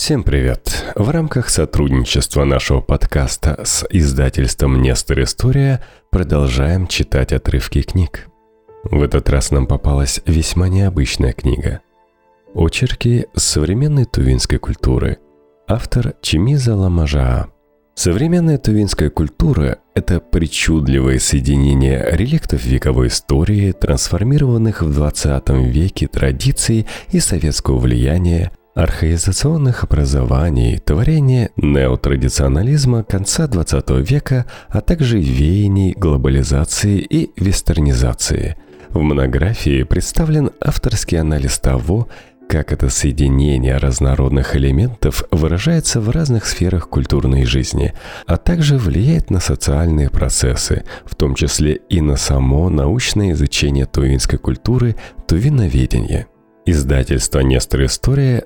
Всем привет! В рамках сотрудничества нашего подкаста с издательством «Нестор История» продолжаем читать отрывки книг. В этот раз нам попалась весьма необычная книга. Очерки современной тувинской культуры. Автор Чимиза Ламажаа. Современная тувинская культура – это причудливое соединение реликтов вековой истории, трансформированных в 20 веке традиций и советского влияния, архаизационных образований, творения неотрадиционализма конца XX века, а также веяний глобализации и вестернизации. В монографии представлен авторский анализ того, как это соединение разнородных элементов выражается в разных сферах культурной жизни, а также влияет на социальные процессы, в том числе и на само научное изучение тувинской культуры, тувиноведение. Издательство «Нестор История»,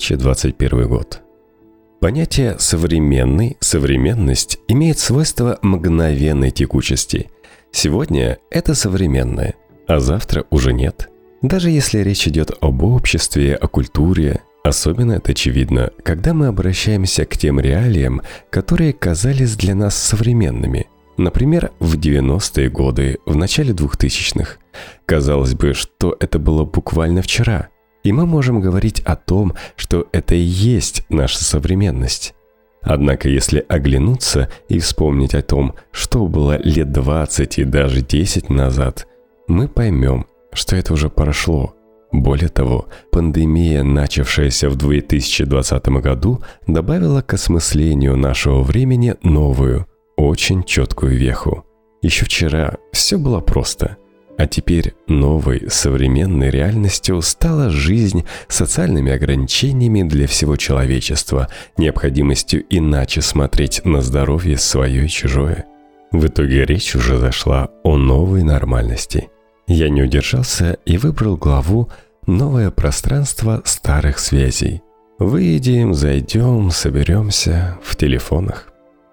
2021 год. Понятие «современный», «современность» имеет свойство мгновенной текучести. Сегодня это современное, а завтра уже нет. Даже если речь идет об обществе, о культуре, особенно это очевидно, когда мы обращаемся к тем реалиям, которые казались для нас современными. Например, в 90-е годы, в начале 2000-х. Казалось бы, что это было буквально вчера. И мы можем говорить о том, что это и есть наша современность. Однако, если оглянуться и вспомнить о том, что было лет 20 и даже 10 назад, мы поймем, что это уже прошло. Более того, пандемия, начавшаяся в 2020 году, добавила к осмыслению нашего времени новую, очень четкую веху. Еще вчера все было просто, а теперь новой, современной реальностью стала жизнь с социальными ограничениями для всего человечества, необходимостью иначе смотреть на здоровье свое и чужое. В итоге речь уже зашла о новой нормальности. Я не удержался и выбрал главу «Новое пространство старых связей». Выйдем, зайдем, соберемся в телефонах.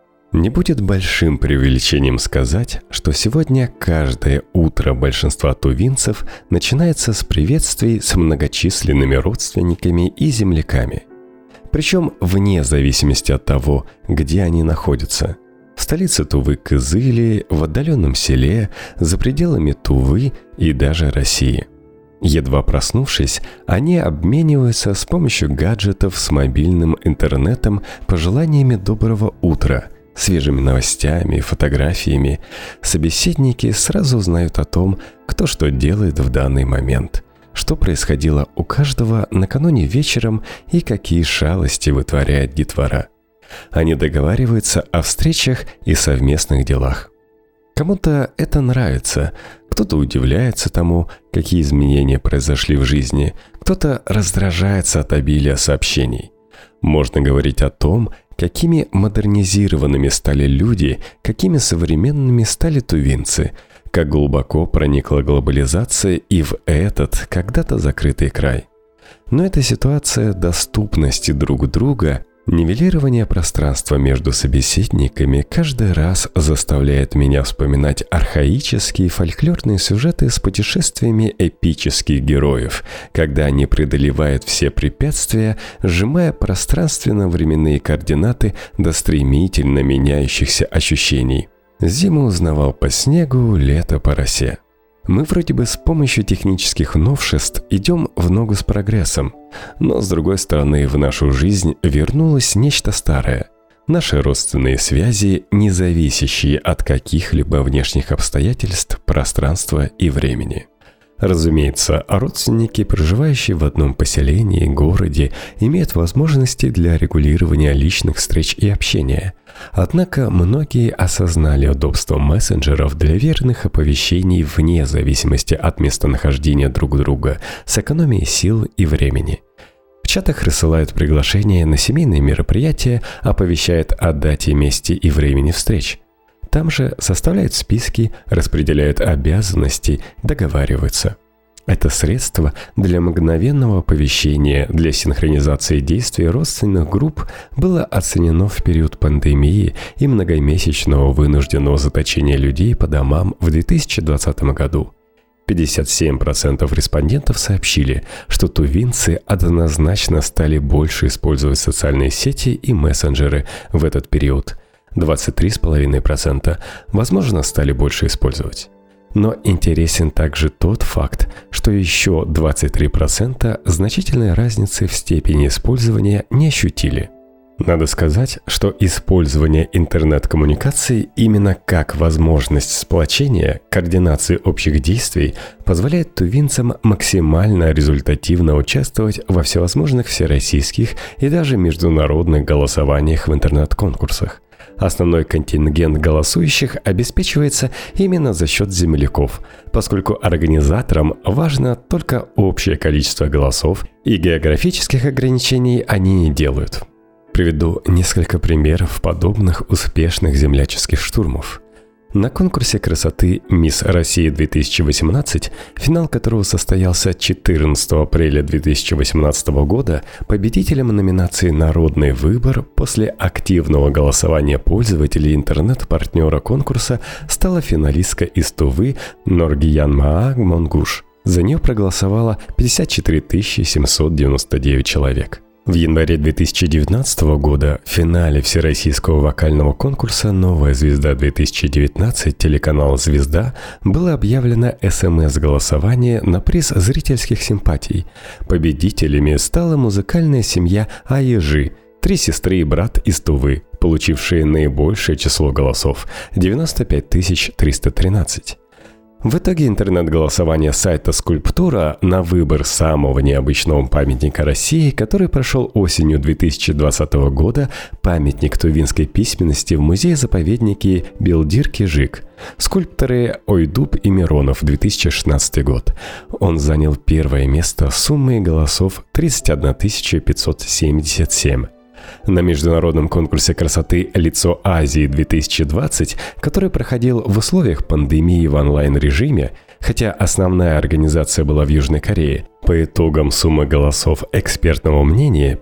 Не будет большим преувеличением сказать, что сегодня каждое утро большинства тувинцев начинается с приветствий с многочисленными родственниками и земляками. Причем вне зависимости от того, где они находятся. В столице Тувы Кызыли, в отдаленном селе, за пределами Тувы и даже России. Едва проснувшись, они обмениваются с помощью гаджетов с мобильным интернетом пожеланиями доброго утра, свежими новостями, фотографиями. Собеседники сразу узнают о том, кто что делает в данный момент, что происходило у каждого накануне вечером и какие шалости вытворяет детвора. Они договариваются о встречах и совместных делах. Кому-то это нравится, кто-то удивляется тому, какие изменения произошли в жизни, кто-то раздражается от обилия сообщений. Можно говорить о том, какими модернизированными стали люди, какими современными стали тувинцы, как глубоко проникла глобализация и в этот когда-то закрытый край. Но эта ситуация доступности друг друга, нивелирование пространства между собеседниками каждый раз заставляет меня вспоминать архаические фольклорные сюжеты с путешествиями эпических героев, когда они преодолевают все препятствия, сжимая пространственно-временные координаты до стремительно меняющихся ощущений. Зиму узнавал по снегу, лето по росе. Мы вроде бы с помощью технических новшеств идем в ногу с прогрессом, но с другой стороны в нашу жизнь вернулось нечто старое. Наши родственные связи, не зависящие от каких-либо внешних обстоятельств, пространства и времени. Разумеется, родственники, проживающие в одном поселении, городе, имеют возможности для регулирования личных встреч и общения. Однако многие осознали удобство мессенджеров для верных оповещений вне зависимости от местонахождения друг друга, с экономией сил и времени. В чатах рассылают приглашения на семейные мероприятия, оповещают о дате, месте и времени встреч. Там же составляют списки, распределяют обязанности, договариваются. Это средство для мгновенного оповещения, для синхронизации действий родственных групп было оценено в период пандемии и многомесячного вынужденного заточения людей по домам в 2020 году. 57% респондентов сообщили, что тувинцы однозначно стали больше использовать социальные сети и мессенджеры в этот период. 23,5% возможно стали больше использовать. Но интересен также тот факт, что еще 23% значительной разницы в степени использования не ощутили. Надо сказать, что использование интернет-коммуникаций именно как возможность сплочения, координации общих действий позволяет тувинцам максимально результативно участвовать во всевозможных всероссийских и даже международных голосованиях в интернет-конкурсах. Основной контингент голосующих обеспечивается именно за счет земляков, поскольку организаторам важно только общее количество голосов, и географических ограничений они не делают. Приведу несколько примеров подобных успешных земляческих штурмов. На конкурсе красоты «Мисс Россия 2018», финал которого состоялся 14 апреля 2018 года, победителем номинации «Народный выбор» после активного голосования пользователей интернет-партнера конкурса стала финалистка из Тувы Норгиян Маа Монгуш. За нее проголосовало 54 799 человек. В январе 2019 года в финале всероссийского вокального конкурса «Новая звезда-2019» телеканал «Звезда» было объявлено СМС-голосование на приз зрительских симпатий. Победителями стала музыкальная семья Аежи, 3 сестры и брат из Тувы, получившие наибольшее число голосов – 95 313. В итоге интернет-голосование сайта «Скульптура» на выбор самого необычного памятника России, который прошел осенью 2020 года, памятник тувинской письменности в музее-заповеднике Белдир-Кижик. Скульпторы Ойдуб и Миронов, 2016 год. Он занял первое место с суммой голосов 31 577. На международном конкурсе красоты «Лицо Азии-2020», который проходил в условиях пандемии в онлайн-режиме, хотя основная организация была в Южной Корее, по итогам суммы голосов экспертного мнения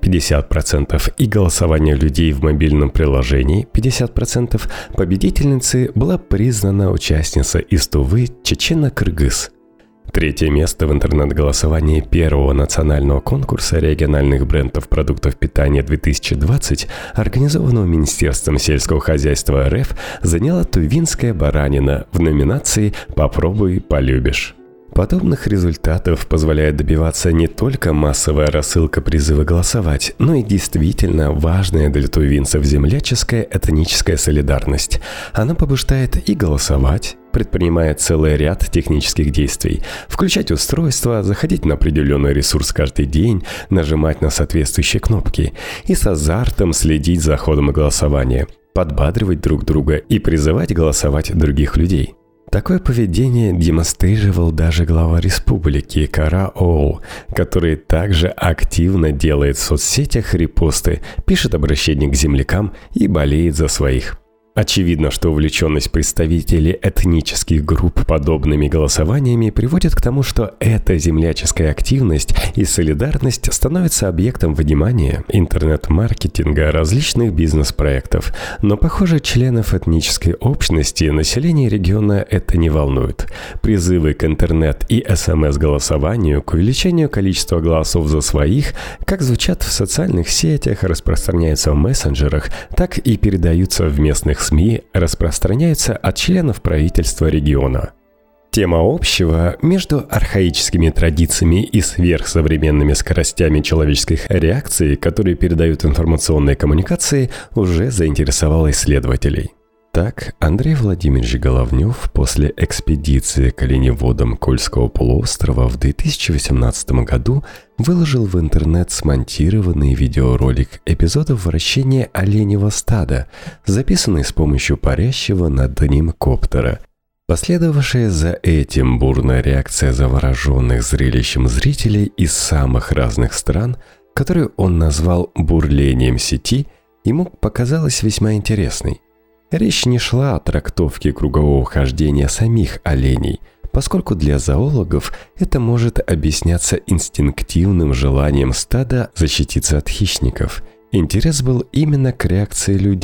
50% и голосования людей в мобильном приложении 50%, победительницей была признана участница из Тувы Чечена-Кыргыз. Третье место в интернет-голосовании первого национального конкурса региональных брендов продуктов питания 2020, организованного Министерством сельского хозяйства РФ, заняла тувинская баранина в номинации «Попробуй, полюбишь». Подобных результатов позволяет добиваться не только массовая рассылка призыва голосовать, но и действительно важная для тувинцев земляческая этническая солидарность. Она побуждает и голосовать, предпринимая целый ряд технических действий, включать устройство, заходить на определенный ресурс каждый день, нажимать на соответствующие кнопки и с азартом следить за ходом голосования, подбадривать друг друга и призывать голосовать других людей. Такое поведение демонстрировал даже глава республики Кара Оу, который также активно делает в соцсетях репосты, пишет обращения к землякам и болеет за своих. Очевидно, что увлеченность представителей этнических групп подобными голосованиями приводит к тому, что эта земляческая активность и солидарность становится объектом внимания интернет-маркетинга различных бизнес-проектов. Но, похоже, членов этнической общности населения региона это не волнует. Призывы к интернет- и СМС-голосованию, к увеличению количества голосов за своих, как звучат в социальных сетях, распространяются в мессенджерах, так и передаются в местных СМИ, распространяются от членов правительства региона. Тема общего между архаическими традициями и сверхсовременными скоростями человеческих реакций, которые передают информационные коммуникации, уже заинтересовала исследователей. Так, Андрей Владимирович Головнев после экспедиции к оленеводам Кольского полуострова в 2018 году выложил в интернет смонтированный видеоролик эпизодов вращения оленевого стада, записанный с помощью парящего над ним коптера. Последовавшая за этим бурная реакция завороженных зрелищем зрителей из самых разных стран, которую он назвал «бурлением сети», ему показалась весьма интересной. Речь не шла о трактовке кругового хождения самих оленей, поскольку для зоологов это может объясняться инстинктивным желанием стада защититься от хищников. Интерес был именно к реакции людей.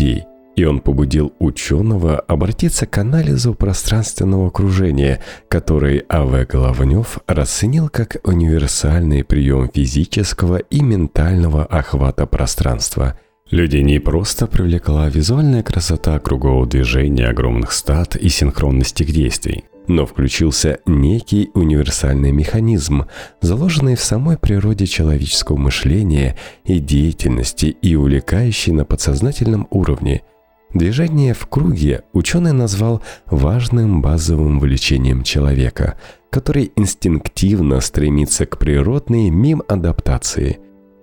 И он побудил ученого обратиться к анализу пространственного окружения, который А.В. Головнев расценил как универсальный прием физического и ментального охвата пространства. Людей не просто привлекла визуальная красота кругового движения огромных стад и синхронность их действий, но включился некий универсальный механизм, заложенный в самой природе человеческого мышления и деятельности и увлекающий на подсознательном уровне. Движение в круге ученый назвал важным базовым влечением человека, который инстинктивно стремится к природной мим-адаптации.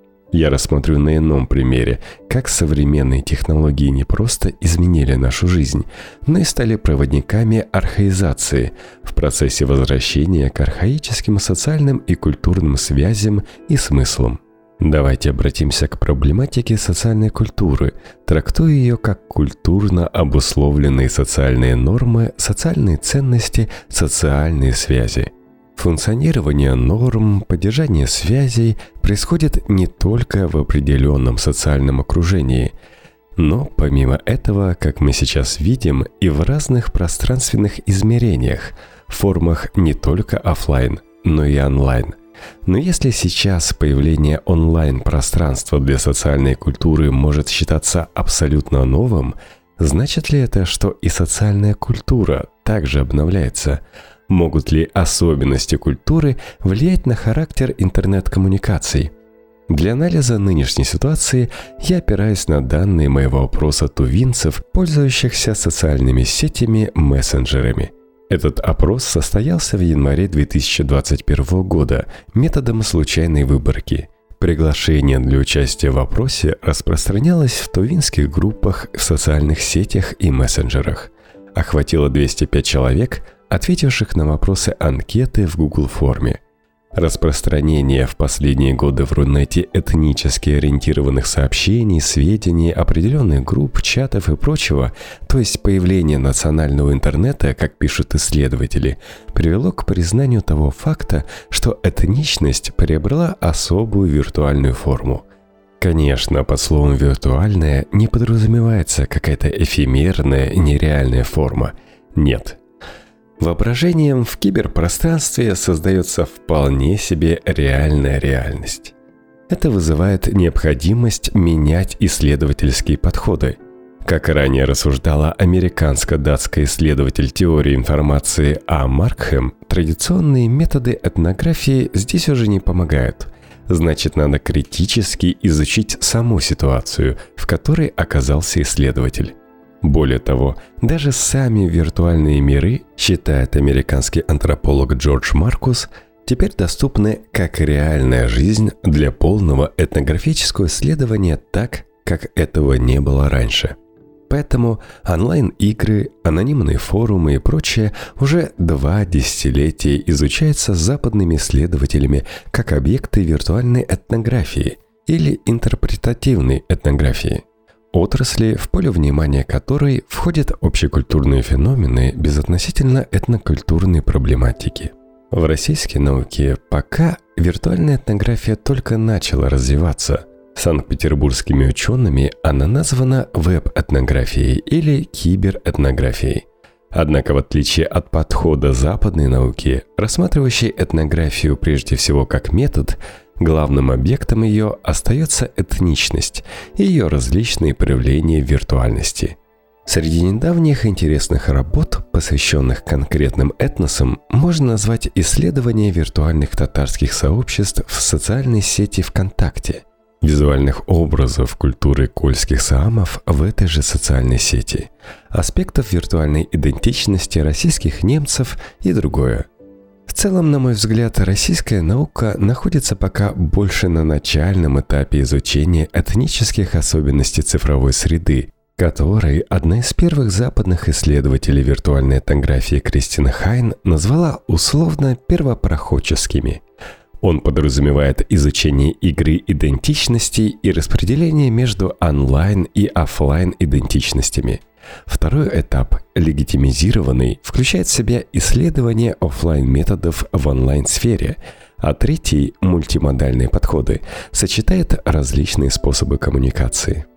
Я рассмотрю на ином примере, как современные технологии не просто изменили нашу жизнь, но и стали проводниками архаизации в процессе возвращения к архаическим социальным и культурным связям и смыслам. Давайте обратимся к проблематике социальной культуры, трактуя ее как культурно обусловленные социальные нормы, социальные ценности, социальные связи. Функционирование норм, поддержание связей происходит не только в определенном социальном окружении, но помимо этого, как мы сейчас видим, и в разных пространственных измерениях, формах не только офлайн, но и онлайн. Но если сейчас появление онлайн-пространства для социальной культуры может считаться абсолютно новым, значит ли это, что и социальная культура также обновляется? Могут ли особенности культуры влиять на характер интернет-коммуникаций? Для анализа нынешней ситуации я опираюсь на данные моего опроса тувинцев, пользующихся социальными сетями, мессенджерами. Этот опрос состоялся в январе 2021 года методом случайной выборки. Приглашение для участия в опросе распространялось в тувинских группах в социальных сетях и мессенджерах. Охватило 205 человек, ответивших на вопросы анкеты в Google форме. Распространение в последние годы в Рунете этнически ориентированных сообщений, сведений, определенных групп, чатов и прочего, то есть появление национального интернета, как пишут исследователи, привело к признанию того факта, что этничность приобрела особую виртуальную форму. Конечно, под словом «виртуальная» не подразумевается какая-то эфемерная, нереальная форма. Нет. Воображением в киберпространстве создается вполне себе реальная реальность. Это вызывает необходимость менять исследовательские подходы. Как ранее рассуждала американско-датская исследователь теории информации А. Маркхэм, традиционные методы этнографии здесь уже не помогают. Значит, надо критически изучить саму ситуацию, в которой оказался исследователь. Более того, даже сами виртуальные миры, считает американский антрополог Джордж Маркус, теперь доступны как реальная жизнь для полного этнографического исследования так, как этого не было раньше. Поэтому онлайн-игры, анонимные форумы и прочее уже 2 десятилетия изучаются западными исследователями как объекты виртуальной этнографии или интерпретативной этнографии. Отрасли, в поле внимания которой входят общекультурные феномены безотносительно этнокультурной проблематики. В российской науке пока виртуальная этнография только начала развиваться. Санкт-петербургскими учеными она названа веб-этнографией или киберетнографией. Однако, в отличие от подхода западной науки, рассматривающей этнографию прежде всего как метод, главным объектом ее остается этничность и ее различные проявления в виртуальности. Среди недавних интересных работ, посвященных конкретным этносам, можно назвать исследование виртуальных татарских сообществ в социальной сети ВКонтакте, визуальных образов культуры кольских саамов в этой же социальной сети, аспектов виртуальной идентичности российских немцев и другое. В целом, на мой взгляд, российская наука находится пока больше на начальном этапе изучения этнических особенностей цифровой среды, который одна из первых западных исследователей виртуальной этнографии Кристина Хайн назвала условно первопроходческими. Он подразумевает изучение игры идентичностей и распределение между онлайн и офлайн идентичностями. Второй этап, легитимизированный, включает в себя исследование офлайн-методов в онлайн-сфере, а третий, мультимодальные подходы, сочетает различные способы коммуникации.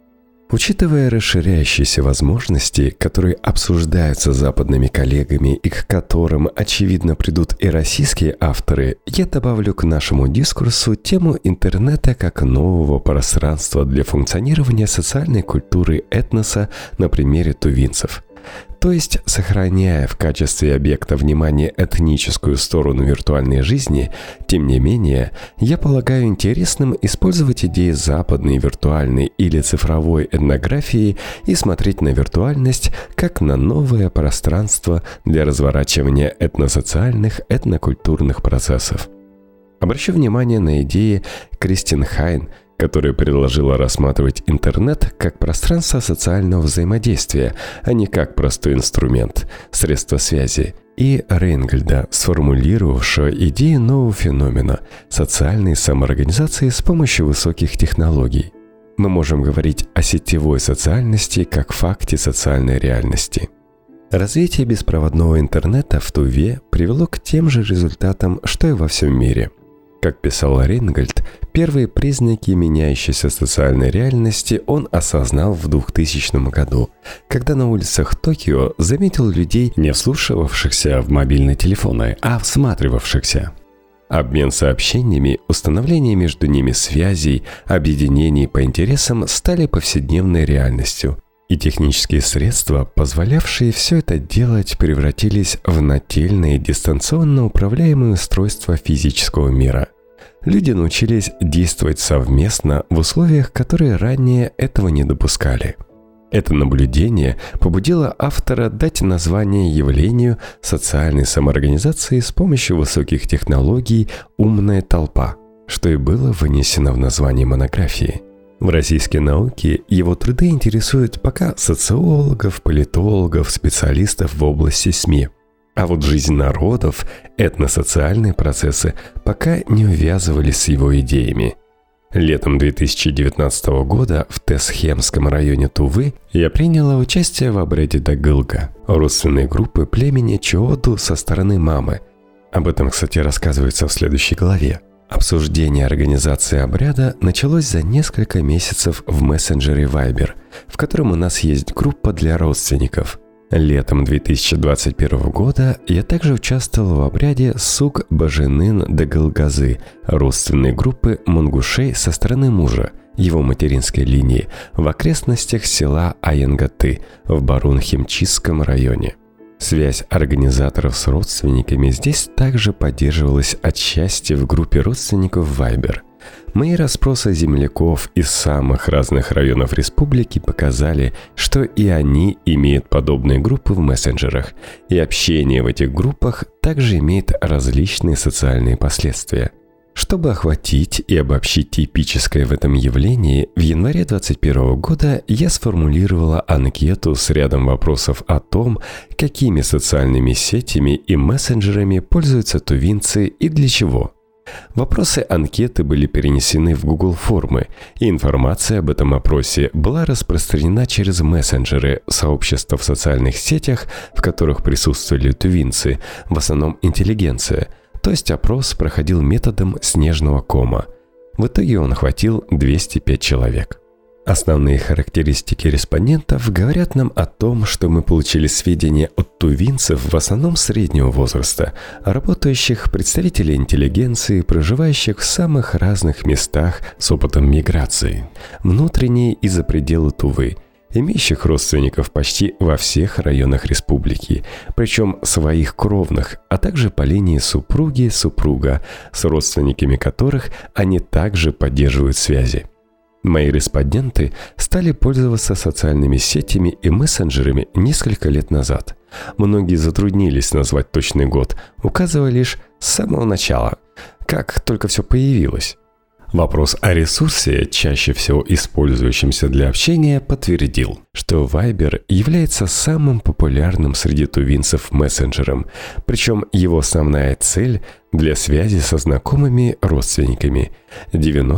Учитывая расширяющиеся возможности, которые обсуждаются западными коллегами и к которым, очевидно, придут и российские авторы, я добавлю к нашему дискурсу тему интернета как нового пространства для функционирования социальной культуры этноса на примере тувинцев. То есть, сохраняя в качестве объекта внимания этническую сторону виртуальной жизни, тем не менее, я полагаю интересным использовать идеи западной виртуальной или цифровой этнографии и смотреть на виртуальность как на новое пространство для разворачивания этносоциальных, этнокультурных процессов. Обращу внимание на идеи Кристин Хайн, которая предложила рассматривать интернет как пространство социального взаимодействия, а не как простой инструмент, средство связи, и Рейнгольда, сформулировавшего идею нового феномена – социальной самоорганизации с помощью высоких технологий. Мы можем говорить о сетевой социальности как факте социальной реальности. Развитие беспроводного интернета в Туве привело к тем же результатам, что и во всем мире. Как писал Рейнгольд, первые признаки меняющейся социальной реальности он осознал в 2000 году, когда на улицах Токио заметил людей, не вслушивавшихся в мобильные телефоны, а всматривавшихся. Обмен сообщениями, установление между ними связей, объединений по интересам стали повседневной реальностью. И технические средства, позволявшие все это делать, превратились в нательные дистанционно управляемые устройства физического мира. Люди научились действовать совместно в условиях, которые ранее этого не допускали. Это наблюдение побудило автора дать название явлению социальной самоорганизации с помощью высоких технологий «умная толпа», что и было вынесено в название монографии. В российской науке его труды интересуют пока социологов, политологов, специалистов в области СМИ. А вот жизнь народов, этносоциальные процессы пока не увязывались с его идеями. Летом 2019 года в Тесхемском районе Тувы я приняла участие в обряде Дагылга, родственной группы племени Чооду со стороны мамы. Об этом, кстати, рассказывается в следующей главе. Обсуждение организации обряда началось за несколько месяцев в мессенджере Viber, в котором у нас есть группа для родственников. Летом 2021 года я также участвовал в обряде Сук Баженын Дагылгазы, родственной группы мунгушей со стороны мужа, его материнской линии, в окрестностях села Аянгаты в Барун-Химчистском районе. Связь организаторов с родственниками здесь также поддерживалась отчасти в группе родственников Viber. Мои расспросы земляков из самых разных районов республики показали, что и они имеют подобные группы в мессенджерах, и общение в этих группах также имеет различные социальные последствия. Чтобы охватить и обобщить типическое в этом явлении, в январе 2021 года я сформулировала анкету с рядом вопросов о том, какими социальными сетями и мессенджерами пользуются тувинцы и для чего. Вопросы анкеты были перенесены в Google формы, и информация об этом опросе была распространена через мессенджеры, сообщества в социальных сетях, в которых присутствовали тувинцы, в основном интеллигенция. То есть опрос проходил методом снежного кома. В итоге он охватил 205 человек. Основные характеристики респондентов говорят нам о том, что мы получили сведения от тувинцев в основном среднего возраста, работающих представителей интеллигенции, проживающих в самых разных местах с опытом миграции, внутренней и за пределы Тувы, имеющих родственников почти во всех районах республики, причем своих кровных, а также по линии супруги-супруга, с родственниками которых они также поддерживают связи. Мои респонденты стали пользоваться социальными сетями и мессенджерами несколько лет назад. Многие затруднились назвать точный год, указывая лишь с самого начала, как только все появилось. Вопрос о ресурсе, чаще всего использующемся для общения, подтвердил, что Viber является самым популярным среди тувинцев мессенджером, причем его основная цель для связи со знакомыми родственниками –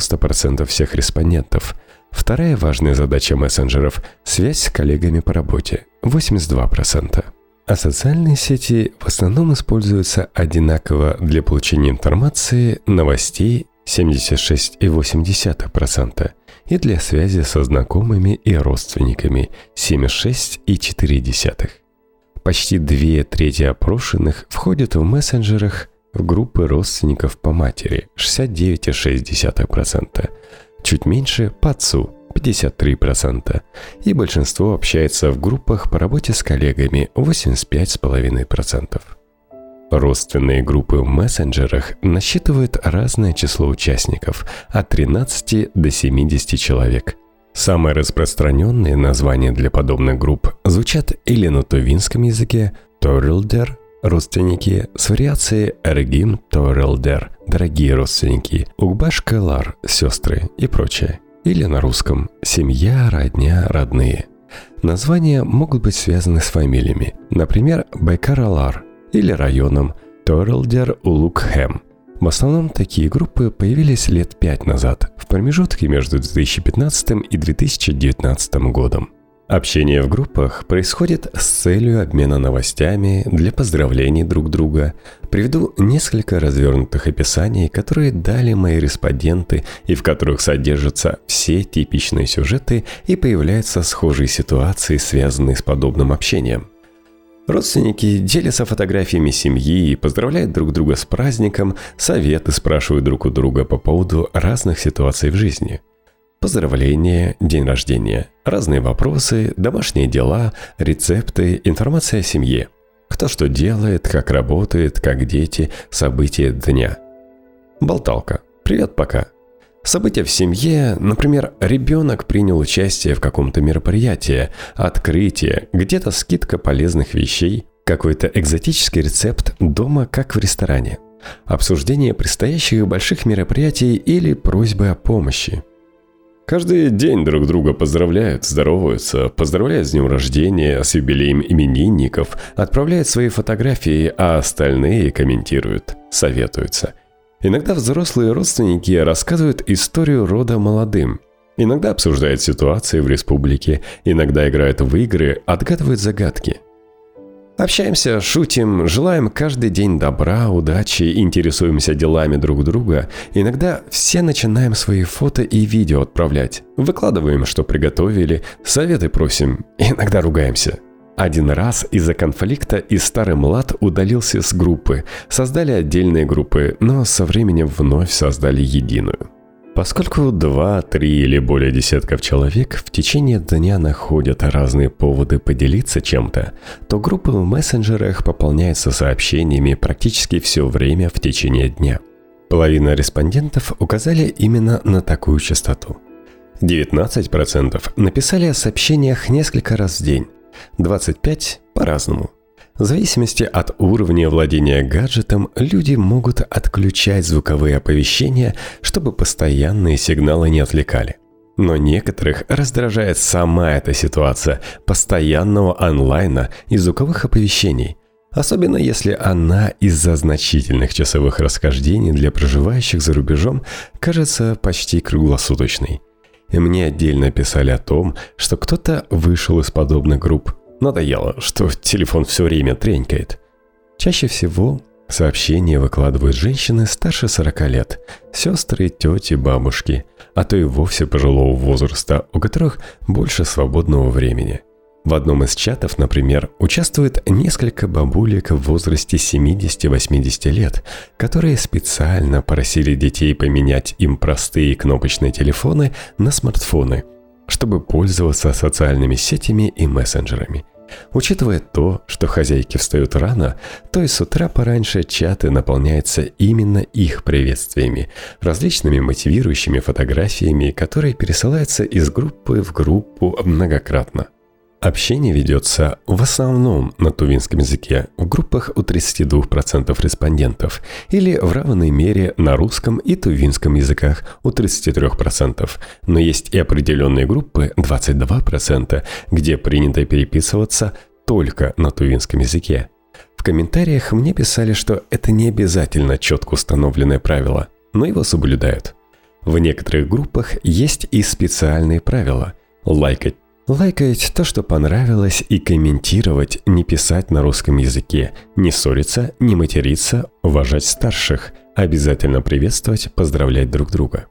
90% всех респондентов. Вторая важная задача мессенджеров – связь с коллегами по работе – 82%. А социальные сети в основном используются одинаково для получения информации, новостей 76,8%, и для связи со знакомыми и родственниками 76,4%. Почти 2/3 опрошенных входят в мессенджерах в группы родственников по матери 69,6%, чуть меньше по отцу 53%, и большинство общается в группах по работе с коллегами 85,5%. Родственные группы в мессенджерах насчитывают разное число участников от 13 до 70 человек. Самые распространенные названия для подобных групп звучат или на тувинском языке «торилдер» – родственники, с вариацией «эргим торилдер» – дорогие родственники, «угбаш-калар» – сестры и прочее, или на русском «семья, родня, родные». Названия могут быть связаны с фамилиями, например, Байкар-Алар или районом Торилдер-Улукхэм. В основном такие группы появились лет 5 назад, в промежутке между 2015 и 2019 годом. Общение в группах происходит с целью обмена новостями, для поздравлений друг друга. Приведу несколько развернутых описаний, которые дали мои респонденты и в которых содержатся все типичные сюжеты и появляются схожие ситуации, связанные с подобным общением. Родственники делятся фотографиями семьи и поздравляют друг друга с праздником, советы спрашивают друг у друга по поводу разных ситуаций в жизни. Поздравления, день рождения, разные вопросы, домашние дела, рецепты, информация о семье. Кто что делает, как работает, как дети, события дня. Болталка. Привет, пока. События в семье, например, ребенок принял участие в каком-то мероприятии, открытие, где-то скидка полезных вещей, какой-то экзотический рецепт дома, как в ресторане, обсуждение предстоящих больших мероприятий или просьбы о помощи. Каждый день друг друга поздравляют, здороваются, поздравляют с днем рождения, с юбилеем именинников, отправляют свои фотографии, а остальные комментируют, советуются. Иногда взрослые родственники рассказывают историю рода молодым. Иногда обсуждают ситуации в республике, иногда играют в игры, отгадывают загадки. Общаемся, шутим, желаем каждый день добра, удачи, интересуемся делами друг друга. Иногда все начинаем свои фото и видео отправлять. Выкладываем, что приготовили, советы просим, иногда ругаемся. Один раз из-за конфликта и старый млад удалился с группы. Создали отдельные группы, но со временем вновь создали единую. Поскольку 2, 3 или более десятков человек в течение дня находят разные поводы поделиться чем-то, то группы в мессенджерах пополняются сообщениями практически все время в течение дня. Половина респондентов указали именно на такую частоту. 19% написали о сообщениях несколько раз в день. 25% по-разному. В зависимости от уровня владения гаджетом, люди могут отключать звуковые оповещения, чтобы постоянные сигналы не отвлекали. Но некоторых раздражает сама эта ситуация постоянного онлайна и звуковых оповещений, особенно если она из-за значительных часовых расхождений для проживающих за рубежом кажется почти круглосуточной. И мне отдельно писали о том, что кто-то вышел из подобных групп. Надоело, что телефон все время тренькает. Чаще всего сообщения выкладывают женщины старше 40 лет, сестры, тети, бабушки, а то и вовсе пожилого возраста, у которых больше свободного времени. В одном из чатов, например, участвует несколько бабулек в возрасте 70-80 лет, которые специально просили детей поменять им простые кнопочные телефоны на смартфоны, чтобы пользоваться социальными сетями и мессенджерами. Учитывая то, что хозяйки встают рано, то и с утра пораньше чаты наполняются именно их приветствиями, различными мотивирующими фотографиями, которые пересылаются из группы в группу многократно. Общение ведется в основном на тувинском языке в группах у 32% респондентов или в равной мере на русском и тувинском языках у 33%, но есть и определенные группы 22%, где принято переписываться только на тувинском языке. В комментариях мне писали, что это не обязательно четко установленное правило, но его соблюдают. В некоторых группах есть и специальные правила – лайкать то, что понравилось, и комментировать, не писать на русском языке, не ссориться, не материться, уважать старших, обязательно приветствовать, поздравлять друг друга.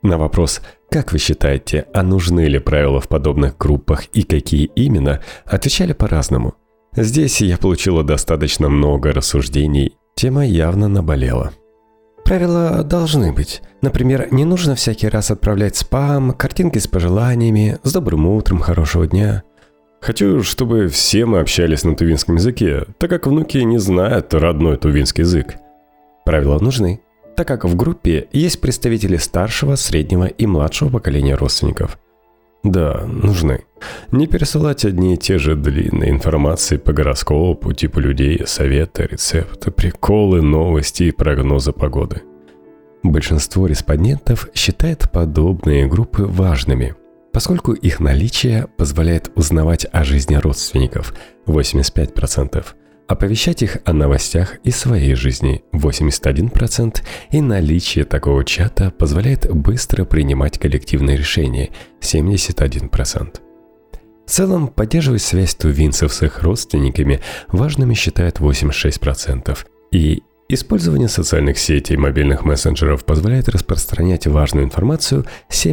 На вопрос «Как вы считаете, а нужны ли правила в подобных группах и какие именно?» отвечали по-разному. Здесь я получила достаточно много рассуждений, тема явно наболела. Правила должны быть. Например, не нужно всякий раз отправлять спам, картинки с пожеланиями, с добрым утром, хорошего дня. Хочу, чтобы все мы общались на тувинском языке, так как внуки не знают родной тувинский язык. Правила нужны, так как в группе есть представители старшего, среднего и младшего поколения родственников. Да, нужны. Не пересылать одни и те же длинные информации по гороскопу, типу людей, советы, рецепты, приколы, новости и прогнозы погоды. Большинство респондентов считает подобные группы важными, поскольку их наличие позволяет узнавать о жизни родственников – 85%, оповещать их о новостях из своей жизни – 81%, и наличие такого чата позволяет быстро принимать коллективные решения – 71%. В целом, поддерживать связь тувинцев с их родственниками важными считают 86%, и использование социальных сетей и мобильных мессенджеров позволяет распространять важную информацию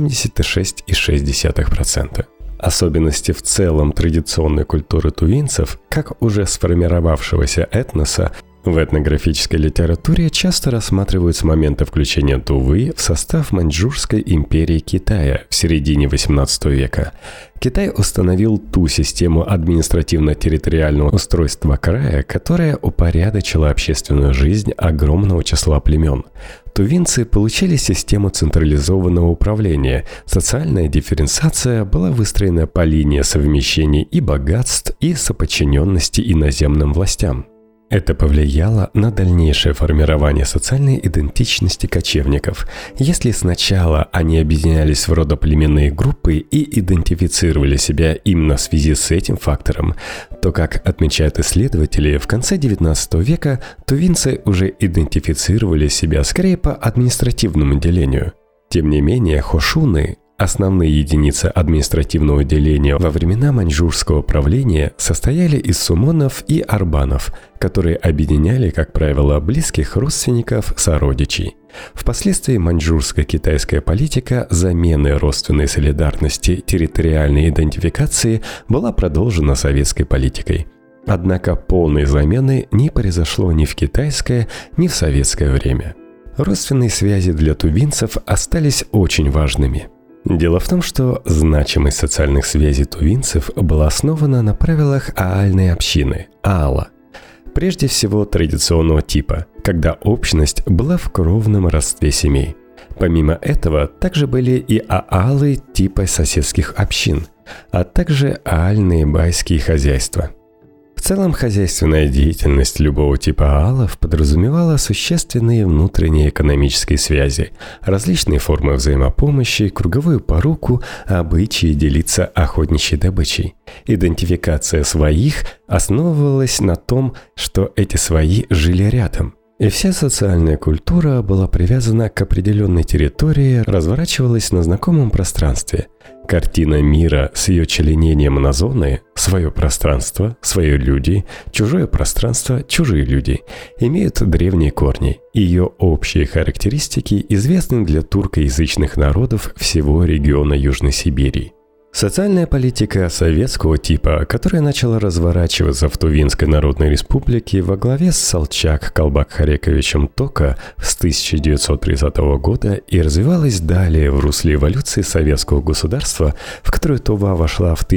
76,6%. Особенности в целом традиционной культуры тувинцев, как уже сформировавшегося этноса, в этнографической литературе часто рассматривают с момента включения Тувы в состав Маньчжурской империи Китая в середине XVIII века. Китай установил ту систему административно-территориального устройства края, которая упорядочила общественную жизнь огромного числа племен. Тувинцы получили систему централизованного управления. Социальная дифференциация была выстроена по линии совмещения и богатств, и соподчиненности иноземным властям. Это повлияло на дальнейшее формирование социальной идентичности кочевников. Если сначала они объединялись в родоплеменные группы и идентифицировали себя именно в связи с этим фактором, то, как отмечают исследователи, в конце XIX века тувинцы уже идентифицировали себя скорее по административному делению. Тем не менее, хошуны, основные единицы административного деления во времена маньчжурского правления, состояли из сумонов и арбанов, которые объединяли, как правило, близких родственников, сородичей. Впоследствии маньчжурская китайская политика замены родственной солидарности территориальной идентификации была продолжена советской политикой. Однако полной замены не произошло ни в китайское, ни в советское время. Родственные связи для тувинцев остались очень важными. Дело в том, что значимость социальных связей тувинцев была основана на правилах аальной общины – аала. Прежде всего традиционного типа, когда общность была в кровном родстве семей. Помимо этого, также были и аалы типа соседских общин, а также аальные байские хозяйства. В целом, хозяйственная деятельность любого типа аалов подразумевала существенные внутренние экономические связи, различные формы взаимопомощи, круговую поруку, обычаи делиться охотничьей добычей. Идентификация своих основывалась на том, что эти свои жили рядом. И вся социальная культура была привязана к определенной территории, разворачивалась на знакомом пространстве. Картина мира с ее членением на зоны – свое пространство, свои люди, чужое пространство, чужие люди – имеют древние корни. Ее общие характеристики известны для туркоязычных народов всего региона Южной Сибири. Социальная политика советского типа, которая начала разворачиваться в Тувинской Народной Республике во главе с Салчак Калбак-Харековичем Тока с 1930 года и развивалась далее в русле эволюции советского государства, в которую Тува вошла в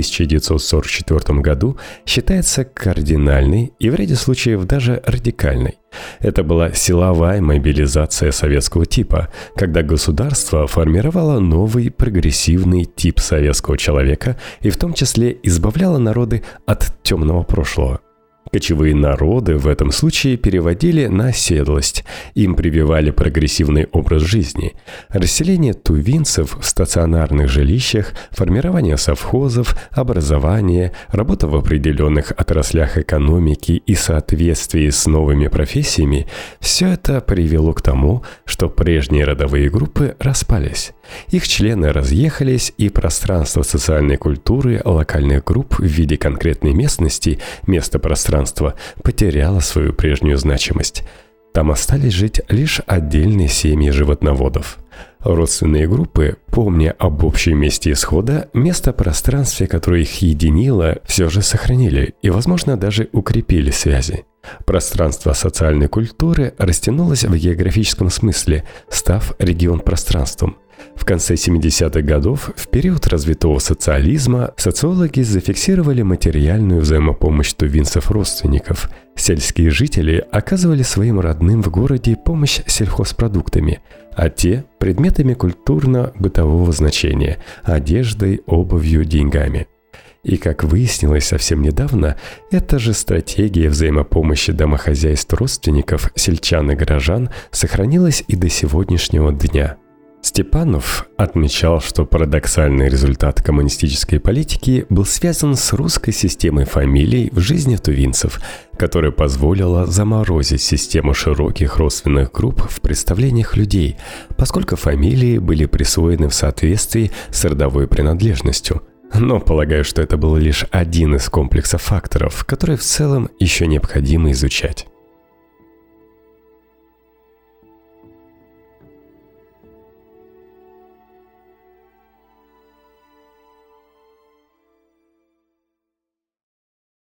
1944 году, считается кардинальной и в ряде случаев даже радикальной. Это была силовая мобилизация советского типа, когда государство формировало новый прогрессивный тип советского человека и в том числе избавляло народы от темного прошлого. Кочевые народы в этом случае переводили на оседлость, им прививали прогрессивный образ жизни. Расселение тувинцев в стационарных жилищах, формирование совхозов, образование, работа в определенных отраслях экономики и соответствии с новыми профессиями – все это привело к тому, что прежние родовые группы распались. Их члены разъехались, и пространство социальной культуры локальных групп в виде конкретной местности, места пространства, потеряло свою прежнюю значимость. Там остались жить лишь отдельные семьи животноводов. Родственные группы, помня об общем месте исхода, место-пространстве, которое их единило, все же сохранили и, возможно, даже укрепили связи. Пространство социальной культуры растянулось в географическом смысле, став регион-пространством. В конце 70-х годов, в период развитого социализма, социологи зафиксировали материальную взаимопомощь тувинцев-родственников. Сельские жители оказывали своим родным в городе помощь сельхозпродуктами, а те – предметами культурно-бытового значения – одеждой, обувью, деньгами. И, как выяснилось совсем недавно, эта же стратегия взаимопомощи домохозяйств родственников, сельчан и горожан сохранилась и до сегодняшнего дня. Степанов отмечал, что парадоксальный результат коммунистической политики был связан с русской системой фамилий в жизни тувинцев, которая позволила заморозить систему широких родственных групп в представлениях людей, поскольку фамилии были присвоены в соответствии с родовой принадлежностью. Но полагаю, что это был лишь один из комплексов факторов, которые в целом еще необходимо изучать.